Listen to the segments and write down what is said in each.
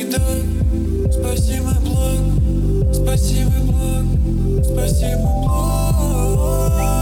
так. Спасибо, блог. Спасибо, блог. Спасибо, блог.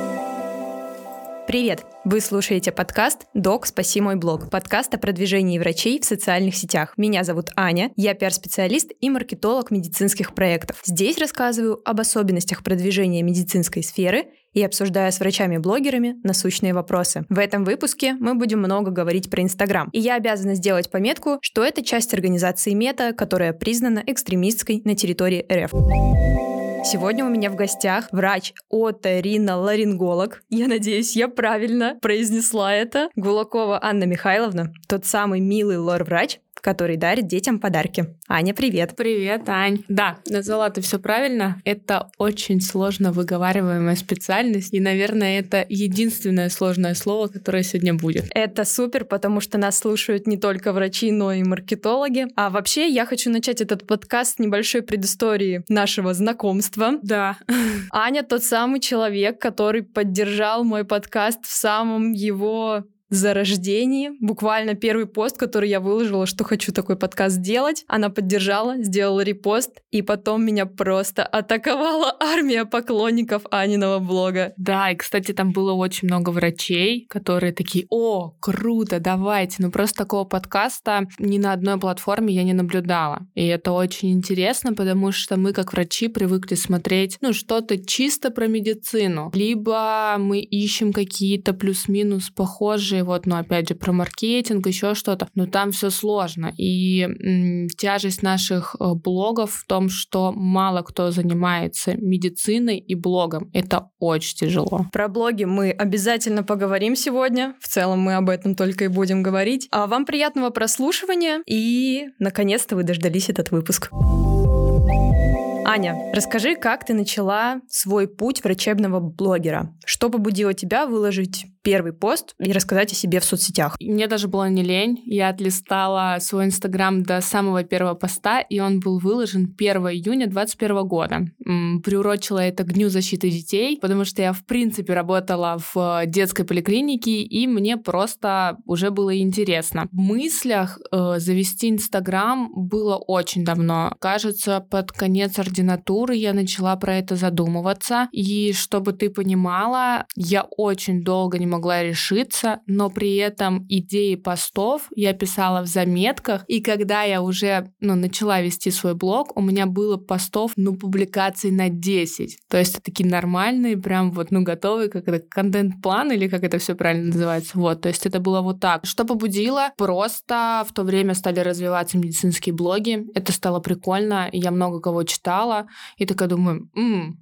Привет! Вы слушаете подкаст «Док, спаси мой блог». Подкаст о продвижении врачей в социальных сетях. Меня зовут Аня, я пиар-специалист и маркетолог медицинских проектов. Здесь рассказываю об особенностях продвижения медицинской сферы и обсуждаю с врачами-блогерами насущные вопросы. В этом выпуске мы будем много говорить про Инстаграм. И я обязана сделать пометку, что это часть организации Мета, которая признана экстремистской на территории РФ. Сегодня у меня в гостях врач-оториноларинголог. Я надеюсь, я правильно произнесла это. Гулакова Анна Михайловна, тот самый милый лор-врач, который дарит детям подарки. Аня, привет. Привет, Ань. Да, назвала ты все правильно. Это очень сложно выговариваемая специальность, и, наверное, это единственное сложное слово, которое сегодня будет. Это супер, потому что нас слушают не только врачи, но и маркетологи. А вообще, я хочу начать этот подкаст с небольшой предыстории нашего знакомства. Да. Аня тот самый человек, который поддержал мой подкаст в самом его зарождении. Буквально первый пост, который я выложила, что хочу такой подкаст сделать, она поддержала, сделала репост, и потом меня просто атаковала армия поклонников Аниного блога. Да, и, кстати, там было очень много врачей, которые такие: о, круто, давайте. Но просто такого подкаста ни на одной платформе я не наблюдала. И это очень интересно, потому что мы, как врачи, привыкли смотреть, что-то чисто про медицину. Либо мы ищем какие-то плюс-минус похожие, опять же, про маркетинг, еще что-то, но там все сложно. И тяжесть наших блогов в том, что мало кто занимается медициной и блогом. Это очень тяжело. Про блоги мы обязательно поговорим сегодня. В целом мы об этом только и будем говорить. А вам приятного прослушивания, и наконец-то вы дождались этот выпуск. Аня, расскажи, как ты начала свой путь врачебного блогера? Что побудило тебя выложить первый пост и рассказать о себе в соцсетях? Мне даже было не лень. Я отлистала свой Инстаграм до самого первого поста, и он был выложен 1 июня 2021 года. Приурочила это к Дню защиты детей, потому что я, в принципе, работала в детской поликлинике, и мне просто уже было интересно. В мыслях завести Инстаграм было очень давно. Кажется, под конец ординатуры я начала про это задумываться. И чтобы ты понимала, я очень долго не могла решиться, но при этом идеи постов я писала в заметках, и когда я уже начала вести свой блог, у меня было постов, публикаций на 10. То есть такие нормальные, прям готовые, как это, контент-план, или как это все правильно называется. То есть это было вот так. Что побудило? Просто в то время стали развиваться медицинские блоги, это стало прикольно, я много кого читала, и такая думаю,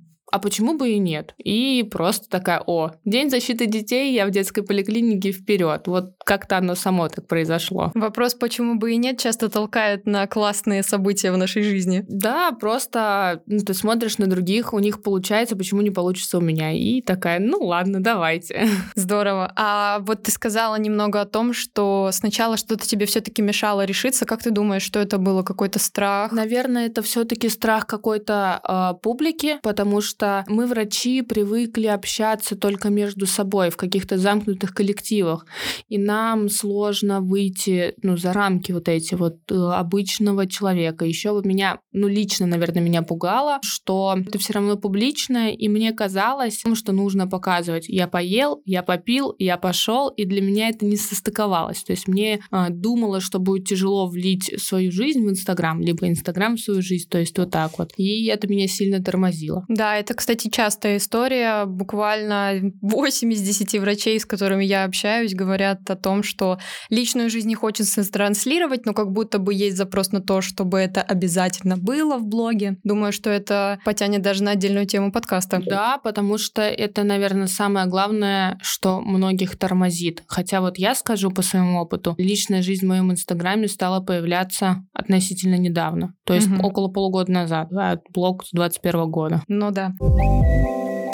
а почему бы и нет? И просто такая: День защиты детей, я в детской поликлинике, вперед. Как-то оно само так произошло. Вопрос, почему бы и нет, часто толкает на классные события в нашей жизни. Да, просто ты смотришь на других, у них получается, почему не получится у меня? И такая: ладно, давайте. Здорово. А ты сказала немного о том, что сначала что-то тебе все-таки мешало решиться. Как ты думаешь, что это было? Какой-то страх? Наверное, это все-таки страх какой-то публики, потому что мы, врачи, привыкли общаться только между собой в каких-то замкнутых коллективах, и нам сложно выйти за рамки эти обычного человека. Еще меня, лично, наверное, меня пугало, что это все равно публичное, и мне казалось, что нужно показывать: я поел, я попил, я пошел, и для меня это не состыковалось. То есть мне думала, что будет тяжело влить свою жизнь в Инстаграм, либо Инстаграм в свою жизнь, то есть так. И это меня сильно тормозило. Да, это, кстати, частая история. Буквально 8 из 10 врачей, с которыми я общаюсь, говорят о том, что личную жизнь не хочется транслировать, но как будто бы есть запрос на то, чтобы это обязательно было в блоге. Думаю, что это потянет даже на отдельную тему подкаста. Да, потому что это, наверное, самое главное, что многих тормозит. Хотя я скажу по своему опыту, личная жизнь в моем Инстаграме стала появляться относительно недавно. То есть около полугода назад, блог с 2021 года. Ну да.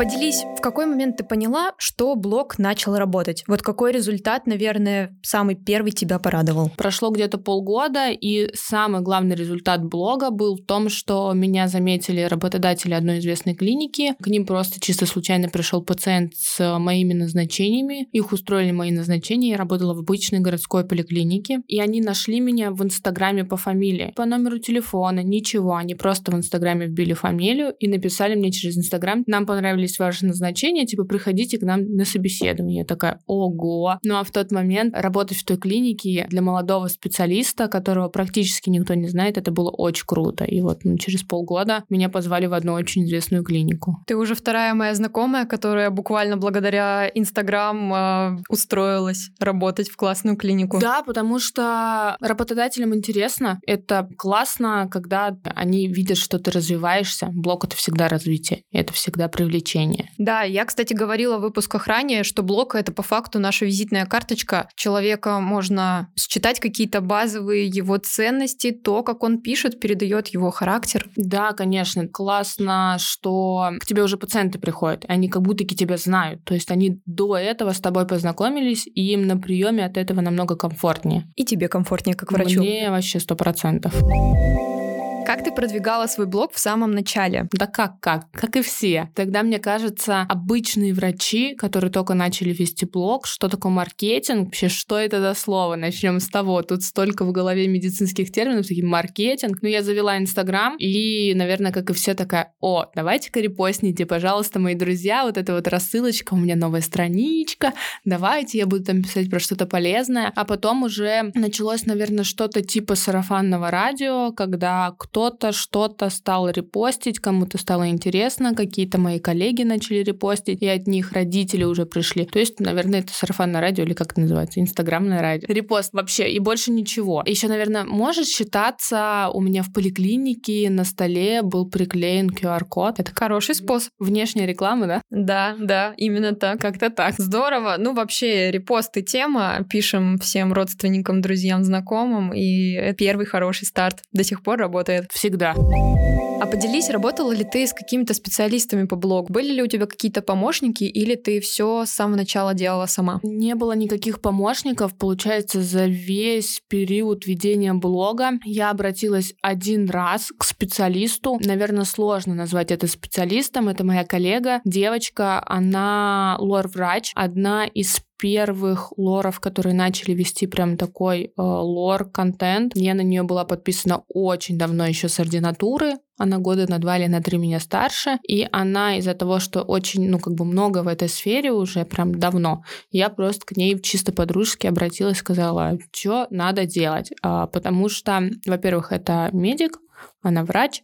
Поделись, в какой момент ты поняла, что блог начал работать? Вот какой результат, наверное, самый первый тебя порадовал? Прошло где-то полгода, и самый главный результат блога был в том, что меня заметили работодатели одной известной клиники. К ним просто чисто случайно пришел пациент с моими назначениями. Их устроили мои назначения. Я работала в обычной городской поликлинике. И они нашли меня в Инстаграме по фамилии. По номеру телефона, ничего. Они просто в Инстаграме вбили фамилию и написали мне через Инстаграм: нам понравились ваши назначения, типа, приходите к нам на собеседование. Я такая: ого! Ну а в тот момент работать в той клинике для молодого специалиста, которого практически никто не знает, это было очень круто. И вот через полгода меня позвали в одну очень известную клинику. Ты уже вторая моя знакомая, которая буквально благодаря Инстаграм устроилась работать в классную клинику. Да, потому что работодателям интересно. Это классно, когда они видят, что ты развиваешься. Блог — это всегда развитие, это всегда привлечение. Да, я, кстати, говорила в выпусках ранее, что блог — это по факту наша визитная карточка. Человека можно считать какие-то базовые его ценности, то, как он пишет, передает его характер. Да, конечно. Классно, что к тебе уже пациенты приходят, они как будто тебя знают. То есть они до этого с тобой познакомились, и им на приеме от этого намного комфортнее. И тебе комфортнее, как врачу. Мне вообще 100%. Как ты продвигала свой блог в самом начале? Да как и все. Тогда, мне кажется, обычные врачи, которые только начали вести блог, что такое маркетинг, вообще, что это за слово? Начнем с того. Тут столько в голове медицинских терминов, такие маркетинг. Но я завела Инстаграм и, наверное, как и все, такая: о, давайте-ка репостните, пожалуйста, мои друзья, вот эта вот рассылочка, у меня новая страничка, давайте, я буду там писать про что-то полезное. А потом уже началось, наверное, что-то типа сарафанного радио, когда кто-то что-то стал репостить, кому-то стало интересно, какие-то мои коллеги начали репостить, и от них родители уже пришли. То есть, наверное, это сарафанное радио, или как это называется, инстаграмное радио. Репост вообще, и больше ничего. Еще, наверное, может считаться, у меня в поликлинике на столе был приклеен QR-код. Это хороший способ. Внешняя реклама, да? Да, именно так. Как-то так. Здорово. Ну, вообще, репосты — тема. Пишем всем родственникам, друзьям, знакомым, и это первый хороший старт. До сих пор работает. Всегда. А поделись, работала ли ты с какими-то специалистами по блогу? Были ли у тебя какие-то помощники, или ты все с самого начала делала сама? Не было никаких помощников. Получается, за весь период ведения блога я обратилась один раз к специалисту. Наверное, сложно назвать это специалистом. Это моя коллега, девочка, она лор-врач, одна из первых лоров, которые начали вести прям такой лор-контент. Я на нее была подписана очень давно, еще с ординатуры. Она года на 2 или на 3 меня старше. И она из-за того, что очень, много в этой сфере уже прям давно, я просто к ней чисто по-дружески обратилась, сказала, что надо делать. Потому что, во-первых, это медик, она врач,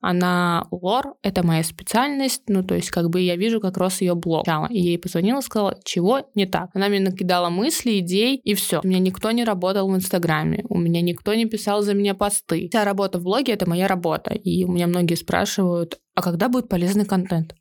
она лор, это моя специальность, то есть я вижу, как рос ее блог. И я ей позвонила, сказала, чего не так. Она мне накидала мысли, идей, и все. У меня никто не работал в Инстаграме, у меня никто не писал за меня посты. Вся работа в блоге — это моя работа, и у меня многие спрашивают, а когда будет полезный контент?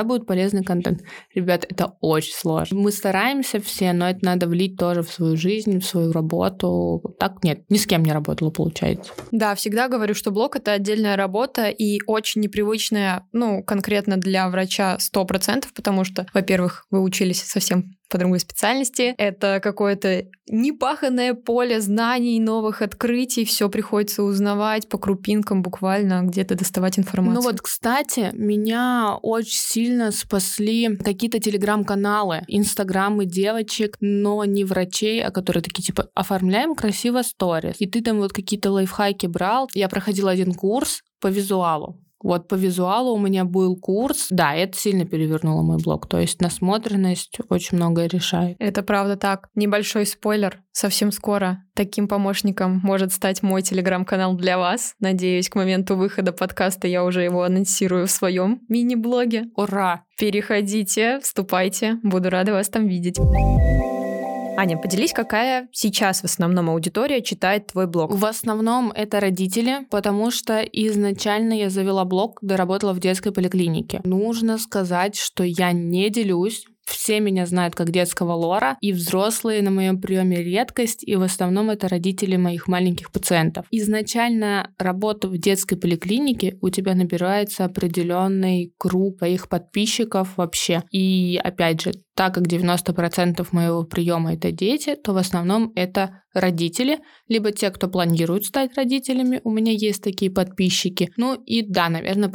Ребят, это очень сложно. Мы стараемся все, но это надо влить тоже в свою жизнь, в свою работу. Так нет, ни с кем не работала, получается. Да, всегда говорю, что блог — это отдельная работа и очень непривычная, конкретно для врача 100%, потому что, во-первых, вы учились совсем по другой специальности. Это какое-то непаханное поле знаний, новых открытий. Все приходится узнавать по крупинкам, буквально где-то доставать информацию. Кстати, меня очень сильно спасли какие-то телеграм-каналы, инстаграмы девочек, но не врачей, а которые такие, оформляем красиво сторис. И ты там какие-то лайфхаки брал. Я проходила один курс по визуалу. По визуалу у меня был курс. Да, это сильно перевернуло мой блог. То есть насмотренность очень многое решает. Это правда так. Небольшой спойлер. Совсем скоро таким помощником может стать мой телеграм-канал для вас. Надеюсь, к моменту выхода подкаста я уже его анонсирую в своем мини-блоге. Ура! Переходите, вступайте. Буду рада вас там видеть. Аня, поделись, какая сейчас в основном аудитория читает твой блог? В основном это родители, потому что изначально я завела блог, когда работала в детской поликлинике. Нужно сказать, что я не делюсь Все меня знают как детского лора, и взрослые на моем приеме редкость, и в основном это родители моих маленьких пациентов. Изначально, работа в детской поликлинике, у тебя набирается определенный круг твоих подписчиков вообще. И опять же, так как 90% моего приема это дети, то в основном это родители, либо те, кто планирует стать родителями, у меня есть такие подписчики. Ну и да, наверное,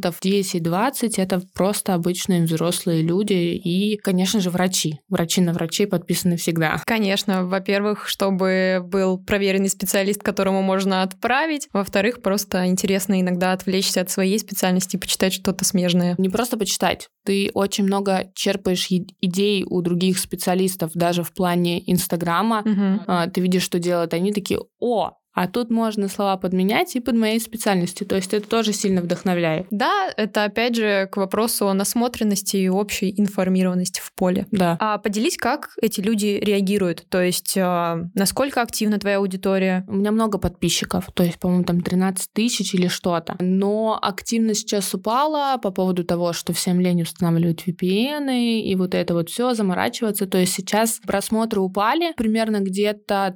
10-20% это просто обычные взрослые люди и, конечно же, врачи. Врачи на врачей подписаны всегда. Конечно, во-первых, чтобы был проверенный специалист, которому можно отправить. Во-вторых, просто интересно иногда отвлечься от своей специальности и почитать что-то смежное. Не просто почитать. Ты очень много черпаешь идей у других специалистов, даже в плане Инстаграма. Ты видишь, что делают они, такие: о, а тут можно слова подменять и под моей специальностью. То есть это тоже сильно вдохновляет. Да, это опять же к вопросу о насмотренности и общей информированности в поле. Да. А поделись, как эти люди реагируют? То есть насколько активна твоя аудитория? У меня много подписчиков, то есть, по-моему, там 13 тысяч или что-то. Но активность сейчас упала по поводу того, что всем лень устанавливать VPN и вот это вот все заморачиваться. То есть сейчас просмотры упали примерно где-то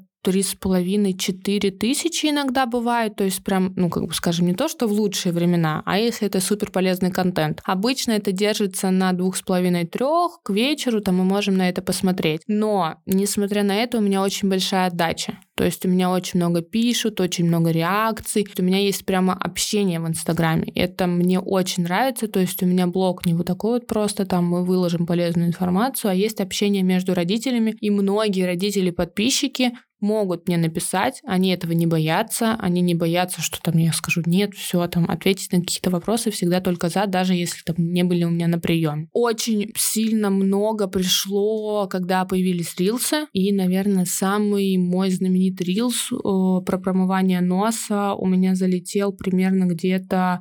3,5-4 тысячи иногда бывает, то есть прям, скажем, не то, что в лучшие времена, а если это супер полезный контент. Обычно это держится на 2,5-3, к вечеру там мы можем на это посмотреть. Но, несмотря на это, у меня очень большая отдача. То есть у меня очень много пишут, очень много реакций. У меня есть прямо общение в Инстаграме. Это мне очень нравится. То есть у меня блог не вот такой вот просто, там мы выложим полезную информацию, а есть общение между родителями. И многие родители-подписчики могут мне написать, они этого не боятся, они не боятся, что там я скажу нет, все, там ответить на какие-то вопросы всегда только за, даже если там не были у меня на приеме. Очень сильно много пришло, когда появились рилсы, и, наверное, самый мой знаменитый рилс про промывание носа у меня залетел примерно где-то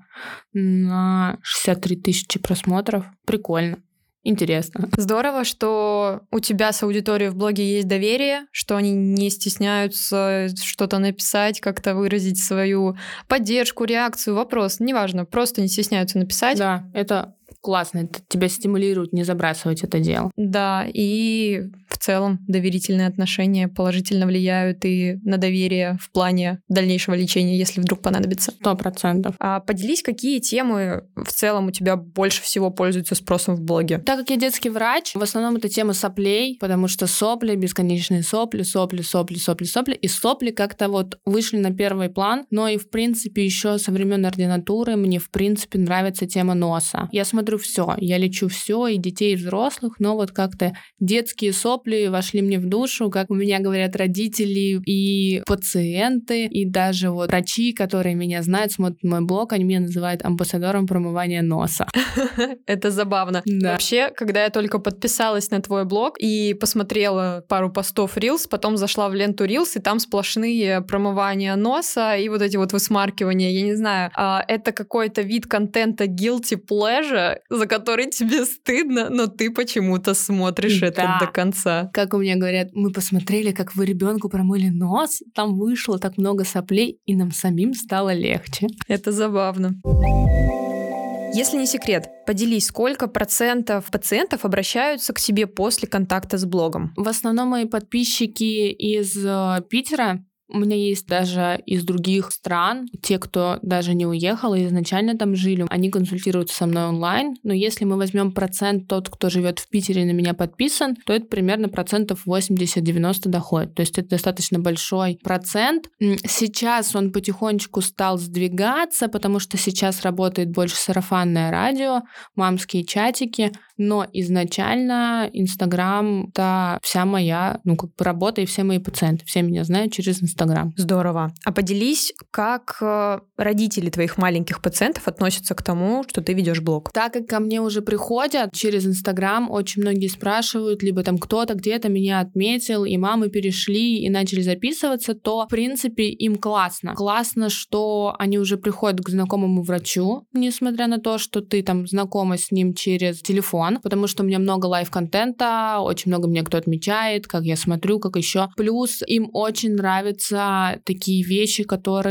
на 63 тысячи просмотров. Прикольно. Интересно. Здорово, что у тебя с аудиторией в блоге есть доверие, что они не стесняются что-то написать, как-то выразить свою поддержку, реакцию, вопрос, неважно, просто не стесняются написать. Да, это классно, это тебя стимулирует не забрасывать это дело. Да, и в целом доверительные отношения положительно влияют и на доверие в плане дальнейшего лечения, если вдруг понадобится. 100%. А поделись, какие темы в целом у тебя больше всего пользуются спросом в блоге? Так как я детский врач, в основном это тема соплей, потому что сопли, бесконечные сопли, и сопли как-то вот вышли на первый план, но и в принципе еще со времен ординатуры мне в принципе нравится тема носа. Я смотрю все, я лечу все, и детей, и взрослых, но вот как-то детские сопли вошли мне в душу, как у меня говорят родители и пациенты, и даже вот врачи, которые меня знают, смотрят мой блог, они меня называют амбассадором промывания носа. Это забавно. Да. Вообще, когда я только подписалась на твой блог и посмотрела пару постов Reels, потом зашла в ленту Reels, и там сплошные промывания носа и вот эти вот высмаркивания, я не знаю, это какой-то вид контента guilty pleasure, за который тебе стыдно, но ты почему-то смотришь это до конца. Как у меня говорят, мы посмотрели, как вы ребенку промыли нос, там вышло так много соплей, и нам самим стало легче. Это забавно. Если не секрет, поделись, сколько процентов пациентов обращаются к тебе после контакта с блогом? В основном мои подписчики из Питера. У меня есть даже из других стран, те, кто даже не уехал и изначально там жили, они консультируются со мной онлайн, но если мы возьмем процент тот, кто живет в Питере и на меня подписан, то это примерно 80-90% доходит, то есть это достаточно большой процент. Сейчас он потихонечку стал сдвигаться, потому что сейчас работает больше сарафанное радио, мамские чатики, но изначально Инстаграм — это вся моя, работа и все мои пациенты, все меня знают через Инстаграм. Здорово. А поделись, как родители твоих маленьких пациентов относятся к тому, что ты ведешь блог? Так как ко мне уже приходят через Инстаграм, очень многие спрашивают, либо там кто-то где-то меня отметил, и мамы перешли и начали записываться, то, в принципе, им классно. Классно, что они уже приходят к знакомому врачу, несмотря на то, что ты там знакома с ним через телефон, потому что у меня много лайв-контента, очень много меня кто отмечает, как я смотрю, как еще. Плюс им очень нравятся такие вещи, которые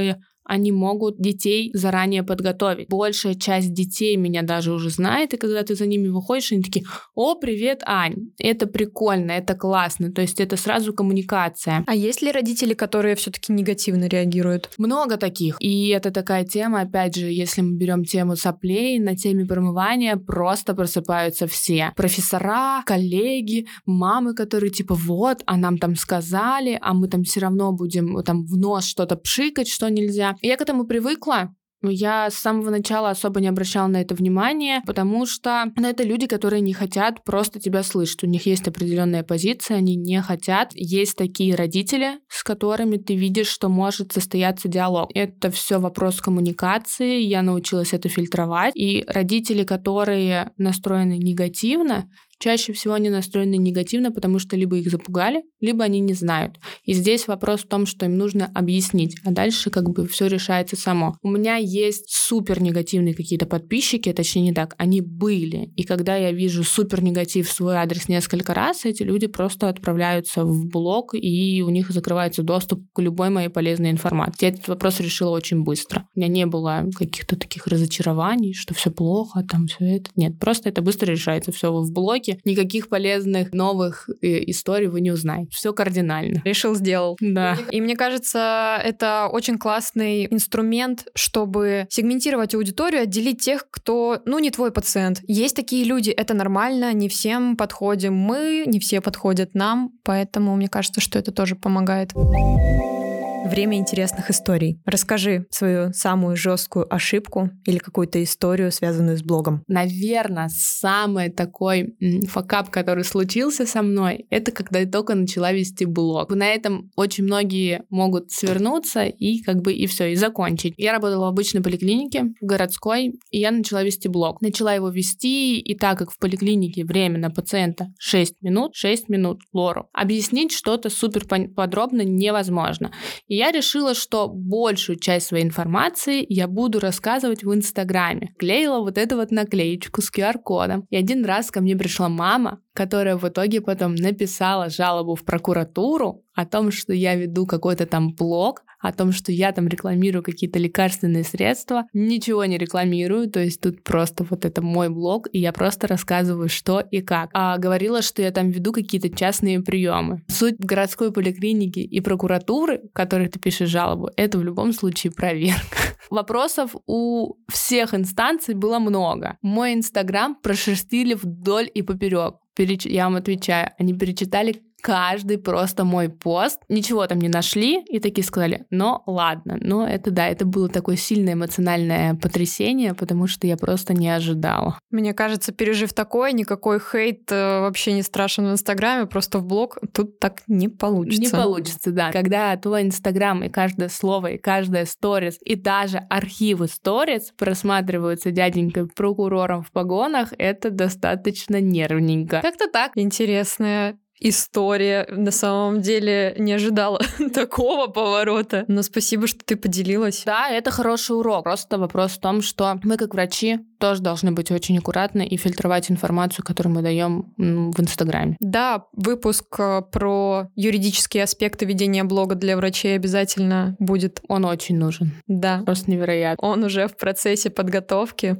они могут детей заранее подготовить. Большая часть детей меня даже уже знает, и когда ты за ними выходишь, они такие: «О, привет, Ань!» Это прикольно, это классно, то есть это сразу коммуникация. А есть ли родители, которые все-таки негативно реагируют? Много таких. И это такая тема, опять же, если мы берем тему соплей, на теме промывания просто просыпаются все. Профессора, коллеги, мамы, которые типа: вот, а нам там сказали, а мы там все равно будем там в нос что-то пшикать, что нельзя. И я к этому привыкла. Я с самого начала особо не обращала на это внимания, потому что это люди, которые не хотят просто тебя слышать. У них есть определенная позиция, они не хотят. Есть такие родители, с которыми ты видишь, что может состояться диалог. Это все вопрос коммуникации, я научилась это фильтровать. И родители, которые настроены негативно, чаще всего они настроены негативно, потому что либо их запугали, либо они не знают. И здесь вопрос в том, что им нужно объяснить, а дальше как бы все решается само. У меня есть супер негативные какие-то подписчики, точнее не так, они были. И когда я вижу супер негатив в свой адрес несколько раз, эти люди просто отправляются в блог, и у них закрывается доступ к любой моей полезной информации. Я этот вопрос решила очень быстро. У меня не было каких-то таких разочарований, что все плохо, там все это. Нет, просто это быстро решается. Все, вы в блоге, никаких полезных новых историй вы не узнаете. Все кардинально. Решил, сделал. Да. И мне кажется, это очень классный инструмент, чтобы сегментировать аудиторию, отделить тех, кто, не твой пациент. Есть такие люди, это нормально, не всем подходим мы, не все подходят нам, поэтому мне кажется, что это тоже помогает. Время интересных историй. Расскажи свою самую жесткую ошибку или какую-то историю, связанную с блогом. Наверное, самый такой факап, который случился со мной, это когда я только начала вести блог. На этом очень многие могут свернуться и и все, и закончить. Я работала в обычной поликлинике, в городской, и я начала вести блог. Начала его вести, и так как в поликлинике время на пациента 6 минут лору, объяснить что-то супер подробно невозможно. И я решила, что большую часть своей информации я буду рассказывать в Инстаграме. Клеила вот эту вот наклеечку с QR-кодом. И один раз ко мне пришла мама, которая в итоге потом написала жалобу в прокуратуру о том, что я веду какой-то там блог, о том, что я там рекламирую какие-то лекарственные средства. Ничего не рекламирую, то есть тут просто вот это мой блог, и я просто рассказываю, что и как. А говорила, что я там веду какие-то частные приемы. Суть городской поликлиники и прокуратуры, в которой ты пишешь жалобу, это в любом случае проверка. Вопросов у всех инстанций было много. Мой Инстаграм прошерстили вдоль и поперек. Я вам отвечаю, они перечитали каждый просто мой пост, ничего там не нашли и такие сказали: ладно, это было такое сильное эмоциональное потрясение, потому что я просто не ожидала. Мне кажется, пережив такое, никакой хейт вообще не страшен в Инстаграме, просто в блог тут так не получится. Не получится, да. Когда твой Инстаграм и каждое слово, и каждая сторис, и даже архивы сторис просматриваются дяденькой прокурором в погонах, это достаточно нервненько. Как-то так. Интересная история. На самом деле не ожидала такого поворота. Но спасибо, что ты поделилась. Да, это хороший урок. Просто вопрос в том, что мы, как врачи, тоже должны быть очень аккуратны и фильтровать информацию, которую мы даем в Инстаграме. Да, выпуск про юридические аспекты ведения блога для врачей обязательно будет. Он очень нужен. Да. Просто невероятно. Он уже в процессе подготовки.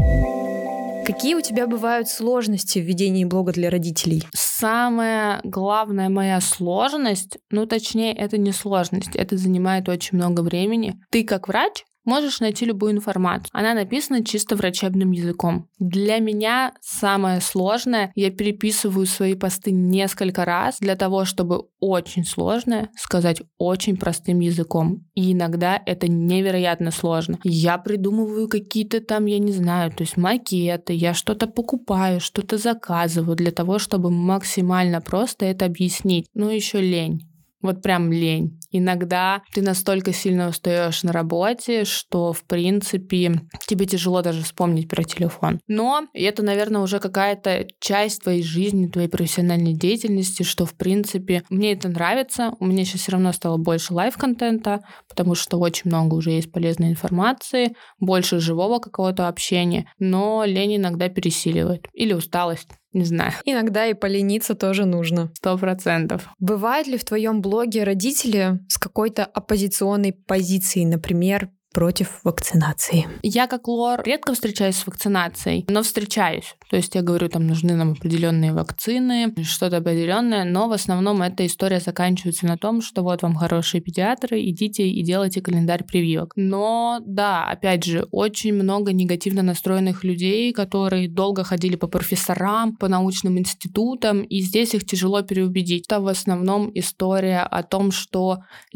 Какие у тебя бывают сложности в ведении блога для родителей? Самая главная моя сложность, точнее, это не сложность, это занимает очень много времени. Ты как врач можешь найти любую информацию. Она написана чисто врачебным языком. Для меня самое сложное, я переписываю свои посты несколько раз для того, чтобы очень сложное сказать очень простым языком. И иногда это невероятно сложно. Я придумываю какие-то там, я не знаю, то есть макеты, я что-то покупаю, что-то заказываю для того, чтобы максимально просто это объяснить. Еще лень. Вот прям лень. Иногда ты настолько сильно устаешь на работе, что, в принципе, тебе тяжело даже вспомнить про телефон. Но это, наверное, уже какая-то часть твоей жизни, твоей профессиональной деятельности, что, в принципе, мне это нравится. У меня сейчас все равно стало больше лайв-контента, потому что очень много уже есть полезной информации, больше живого какого-то общения, но лень иногда пересиливает. Или усталость. Не знаю. Иногда и полениться тоже нужно. 100%. Бывают ли в твоем блоге родители с какой-то оппозиционной позицией, например, против вакцинации? Я как лор редко встречаюсь с вакцинацией, но встречаюсь. То есть я говорю, там нужны нам определенные вакцины, что-то определенное, но в основном эта история заканчивается на том, что вот вам хорошие педиатры, идите и делайте календарь прививок. Но да, опять же, очень много негативно настроенных людей, которые долго ходили по профессорам, по научным институтам, и здесь их тяжело переубедить. Это в основном история о том, что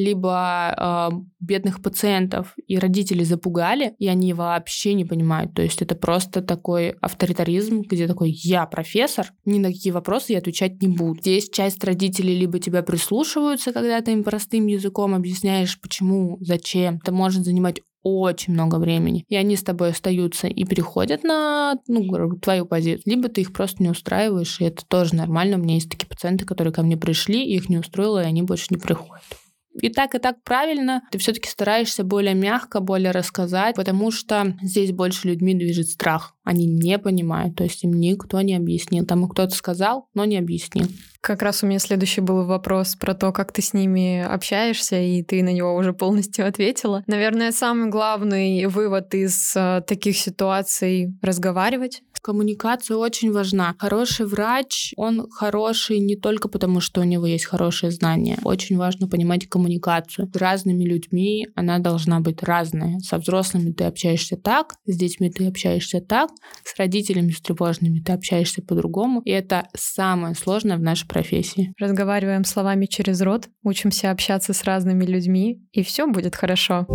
либо бедных пациентов и родители запугали, и они вообще не понимают. То есть это просто такой авторитаризм, где такой «я профессор, ни на какие вопросы я отвечать не буду». Здесь часть родителей либо тебя прислушиваются, когда ты им простым языком объясняешь, почему, зачем. Это может занимать очень много времени, и они с тобой остаются и переходят на твою позицию. Либо ты их просто не устраиваешь, и это тоже нормально. У меня есть такие пациенты, которые ко мне пришли, их не устроило, и они больше не приходят. И так правильно. Ты все-таки стараешься более мягко, более рассказать, потому что здесь больше людьми движет страх. Они не понимают, то есть им никто не объяснил. Там кто-то сказал, но не объяснил. Как раз у меня следующий был вопрос про то, как ты с ними общаешься, и ты на него уже полностью ответила. Наверное, самый главный вывод из таких ситуаций — разговаривать. Коммуникация очень важна. Хороший врач, он хороший не только потому, что у него есть хорошие знания. Очень важно понимать коммуникацию. С разными людьми она должна быть разная. Со взрослыми ты общаешься так, с детьми ты общаешься так, с родителями, с тревожными ты общаешься по-другому. И это самое сложное в нашей профессии. Разговариваем словами через рот, учимся общаться с разными людьми, и все будет хорошо.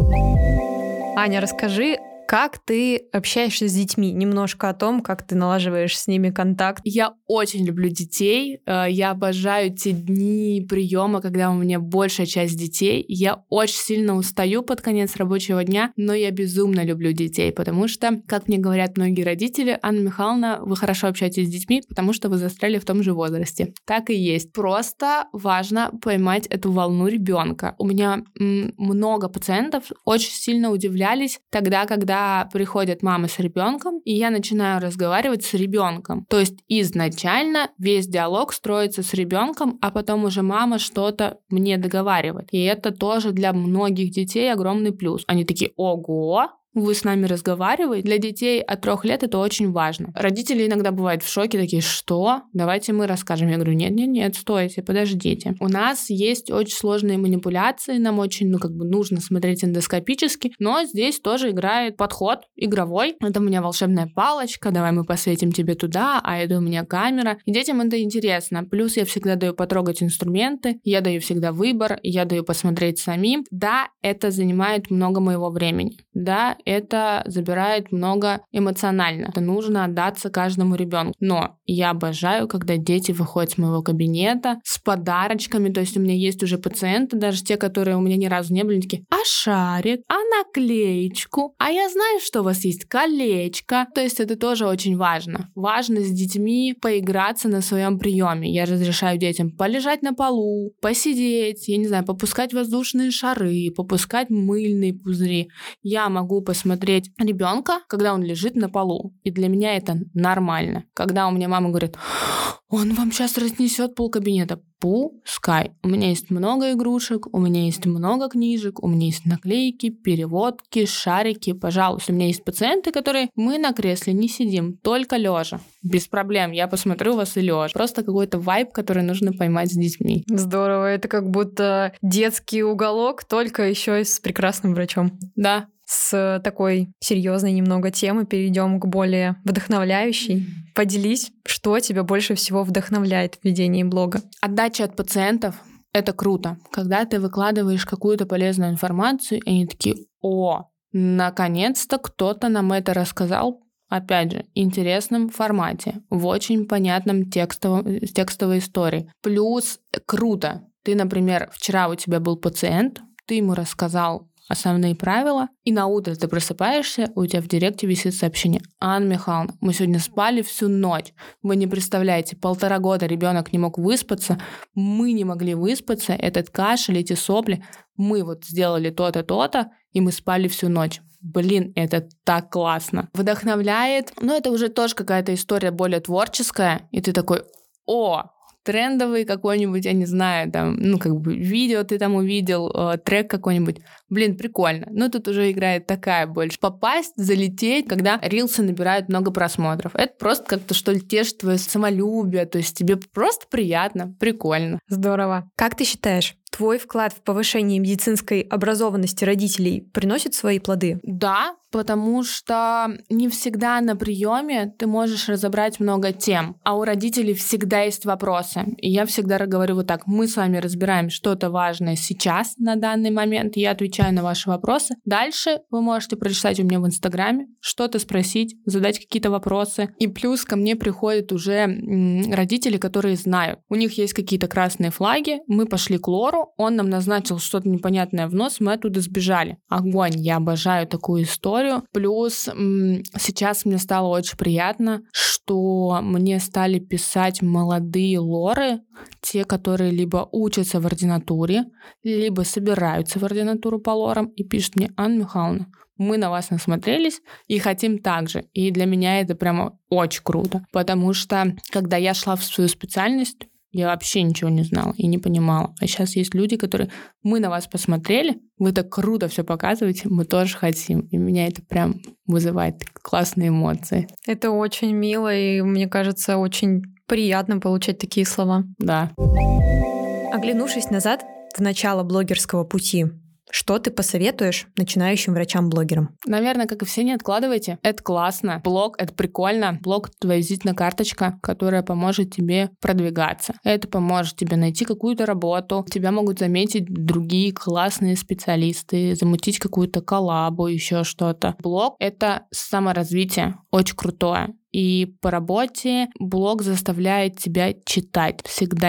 Аня, расскажи, как ты общаешься с детьми? Немножко о том, как ты налаживаешь с ними контакт. Я очень люблю детей. Я обожаю те дни приема, когда у меня большая часть детей. Я очень сильно устаю под конец рабочего дня, но я безумно люблю детей, потому что, как мне говорят многие родители, Анна Михайловна, вы хорошо общаетесь с детьми, потому что вы застряли в том же возрасте. Так и есть. Просто важно поймать эту волну ребенка. У меня много пациентов очень сильно удивлялись тогда, когда приходят мамы с ребенком, и я начинаю разговаривать с ребенком. То есть изначально весь диалог строится с ребенком, а потом уже мама что-то мне договаривает. И это тоже для многих детей огромный плюс. Они такие: ого! Вы с нами разговариваете. Для детей от 3 лет это очень важно. Родители иногда бывают в шоке, такие: что? Давайте мы расскажем. Я говорю: нет, стойте, подождите. У нас есть очень сложные манипуляции, нам очень, нужно смотреть эндоскопически, но здесь тоже играет подход игровой. Это у меня волшебная палочка, давай мы посветим тебе туда, а это у меня камера. И детям это интересно. Плюс я всегда даю потрогать инструменты, я даю всегда выбор, я даю посмотреть самим. Да, это занимает много моего времени. Да, это забирает много эмоционально. Это нужно отдаться каждому ребенку. Но я обожаю, когда дети выходят с моего кабинета с подарочками. То есть у меня есть уже пациенты, даже те, которые у меня ни разу не были, такие: а шарик, а наклеечку, а я знаю, что у вас есть колечко. То есть это тоже очень важно. Важно с детьми поиграться на своем приеме. Я разрешаю детям полежать на полу, посидеть, я не знаю, попускать воздушные шары, попускать мыльные пузыри. Я могу посмотреть ребенка, когда он лежит на полу. И для меня это нормально. Когда у меня мама говорит: он вам сейчас разнесет полкабинета. Пускай. У меня есть много игрушек, у меня есть много книжек, у меня есть наклейки, переводки, шарики. Пожалуйста, у меня есть пациенты, которые мы на кресле не сидим, только лежа. Без проблем, я посмотрю вас и лежа. Просто какой-то вайб, который нужно поймать с детьми. Здорово, это как будто детский уголок, только еще и с прекрасным врачом. Да. С такой серьезной немного темы перейдем к более вдохновляющей. Поделись, что тебя больше всего вдохновляет в ведении блога? Отдача от пациентов — это круто. Когда ты выкладываешь какую-то полезную информацию, и они такие: о, наконец-то кто-то нам это рассказал. Опять же, в интересном формате, в очень понятном текстовой истории. Плюс круто. Ты, например, вчера у тебя был пациент, ты ему рассказал основные правила, и на утро ты просыпаешься, у тебя в директе висит сообщение: Анна Михайловна, мы сегодня спали всю ночь. Вы не представляете, 1,5 года ребенок не мог выспаться, мы не могли выспаться, этот кашель, эти сопли, мы вот сделали то-то, то-то, и мы спали всю ночь. Блин, это так классно. Вдохновляет, но это уже тоже какая-то история более творческая, и ты такой: о, трендовый какой-нибудь, я не знаю, там, видео ты там увидел, трек какой-нибудь. Блин, прикольно. Но тут уже играет такая больше. Попасть, залететь, когда рилсы набирают много просмотров. Это просто как-то, что ли, тешит твое самолюбие, то есть тебе просто приятно, прикольно. Здорово. Как ты считаешь, твой вклад в повышение медицинской образованности родителей приносит свои плоды? Да, потому что не всегда на приеме ты можешь разобрать много тем, а у родителей всегда есть вопросы. И я всегда говорю вот так: мы с вами разбираем что-то важное сейчас, на данный момент, я отвечаю на ваши вопросы. Дальше вы можете прочитать у меня в Инстаграме, что-то спросить, задать какие-то вопросы. И плюс ко мне приходят уже родители, которые знают. У них есть какие-то красные флаги, мы пошли к лору, он нам назначил что-то непонятное в нос, мы оттуда сбежали. Огонь, я обожаю такую историю. Плюс сейчас мне стало очень приятно, что мне стали писать молодые лоры, те, которые либо учатся в ординатуре, либо собираются в ординатуру по лорам, и пишут мне: Анна Михайловна, мы на вас насмотрелись и хотим так же. И для меня это прямо очень круто, потому что когда я шла в свою специальность, я вообще ничего не знала и не понимала. А сейчас есть люди, которые: мы на вас посмотрели, вы так круто все показываете, мы тоже хотим. И меня это прям вызывает классные эмоции. Это очень мило, и мне кажется, очень приятно получать такие слова. Да. Оглянувшись назад в начало блогерского пути, что ты посоветуешь начинающим врачам-блогерам? Наверное, как и все, не откладывайте. Это классно. Блог — это прикольно. Блог — это твоя визитная карточка, которая поможет тебе продвигаться. Это поможет тебе найти какую-то работу. Тебя могут заметить другие классные специалисты, замутить какую-то коллабу, еще что-то. Блог — это саморазвитие. Очень крутое. И по работе блог заставляет тебя читать,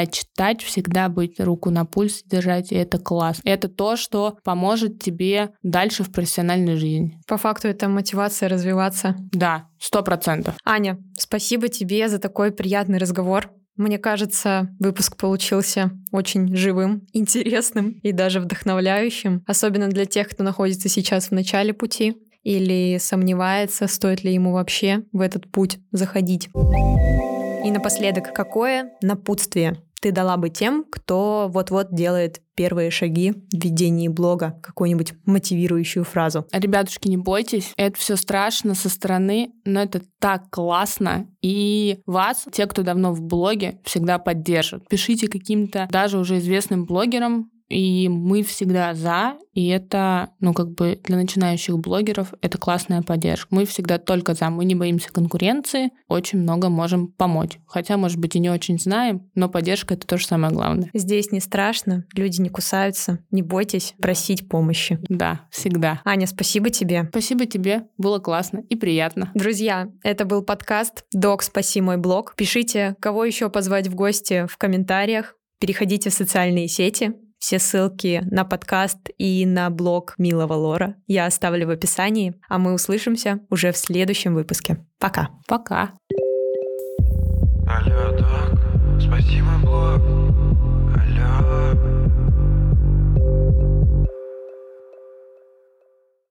всегда быть руку на пульсе держать, и это класс. Это то, что поможет тебе дальше в профессиональной жизни. По факту это мотивация развиваться. Да, 100%. Аня, спасибо тебе за такой приятный разговор. Мне кажется, выпуск получился очень живым, интересным и даже вдохновляющим, особенно для тех, кто находится сейчас в начале пути или сомневается, стоит ли ему вообще в этот путь заходить. И напоследок, какое напутствие ты дала бы тем, кто вот-вот делает первые шаги в ведении блога, какую-нибудь мотивирующую фразу? Ребятушки, не бойтесь, это все страшно со стороны, но это так классно, и вас, те, кто давно в блоге, всегда поддержат. Пишите каким-то даже уже известным блогерам, и мы всегда за, и это, для начинающих блогеров это классная поддержка. Мы всегда только за, мы не боимся конкуренции, очень много можем помочь. Хотя, может быть, и не очень знаем, но поддержка — это тоже самое главное. Здесь не страшно, люди не кусаются, не бойтесь просить помощи. Да, всегда. Аня, спасибо тебе. Спасибо тебе, было классно и приятно. Друзья, это был подкаст «Док, спаси мой блог». Пишите, кого еще позвать в гости в комментариях, переходите в социальные сети. Все ссылки на подкаст и на блог Милого Лора я оставлю в описании, а мы услышимся уже в следующем выпуске. Пока. Пока. Алло, док, спаси мой блог.